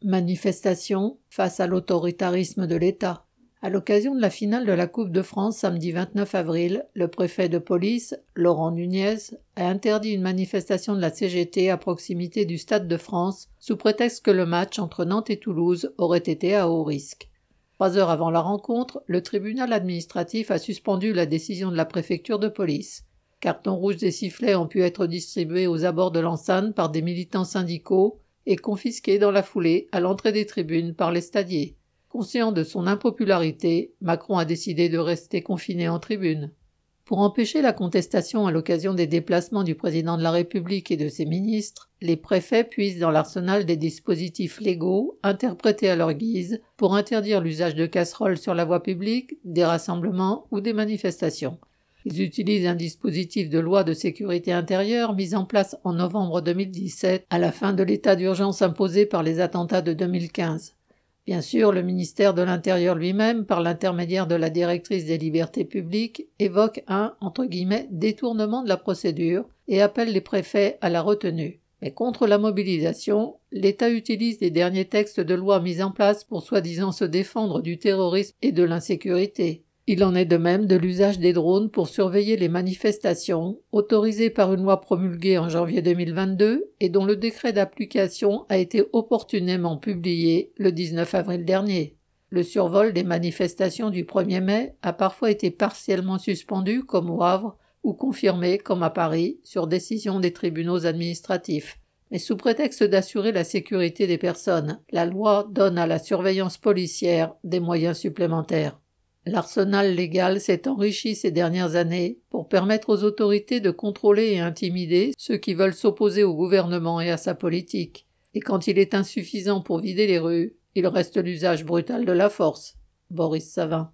Manifestation face à l'autoritarisme de l'État. À l'occasion de la finale de la Coupe de France samedi 29 avril, le préfet de police, Laurent Nunez, a interdit une manifestation de la CGT à proximité du Stade de France sous prétexte que le match entre Nantes et Toulouse aurait été à haut risque. 3 heures avant la rencontre, le tribunal administratif a suspendu la décision de la préfecture de police. Cartons rouges et sifflets ont pu être distribués aux abords de l'enceinte par des militants syndicaux et confisqués dans la foulée à l'entrée des tribunes par les stadiers. Conscient de son impopularité, Macron a décidé de rester confiné en tribune. Pour empêcher la contestation à l'occasion des déplacements du président de la République et de ses ministres, les préfets puisent dans l'arsenal des dispositifs légaux, interprétés à leur guise, pour interdire l'usage de casseroles sur la voie publique, des rassemblements ou des manifestations. Ils utilisent un dispositif de loi de sécurité intérieure mis en place en novembre 2017, à la fin de l'état d'urgence imposé par les attentats de 2015. Bien sûr, le ministère de l'Intérieur lui-même, par l'intermédiaire de la directrice des libertés publiques, évoque un « détournement de la procédure » et appelle les préfets à la retenue. Mais contre la mobilisation, l'État utilise les derniers textes de loi mis en place pour soi-disant se défendre du terrorisme et de l'insécurité. Il en est de même de l'usage des drones pour surveiller les manifestations, autorisé par une loi promulguée en janvier 2022 et dont le décret d'application a été opportunément publié le 19 avril dernier. Le survol des manifestations du 1er mai a parfois été partiellement suspendu comme au Havre ou confirmé comme à Paris sur décision des tribunaux administratifs. Mais sous prétexte d'assurer la sécurité des personnes, la loi donne à la surveillance policière des moyens supplémentaires. L'arsenal légal s'est enrichi ces dernières années pour permettre aux autorités de contrôler et intimider ceux qui veulent s'opposer au gouvernement et à sa politique. Et quand il est insuffisant pour vider les rues, il reste l'usage brutal de la force. Boris Savin.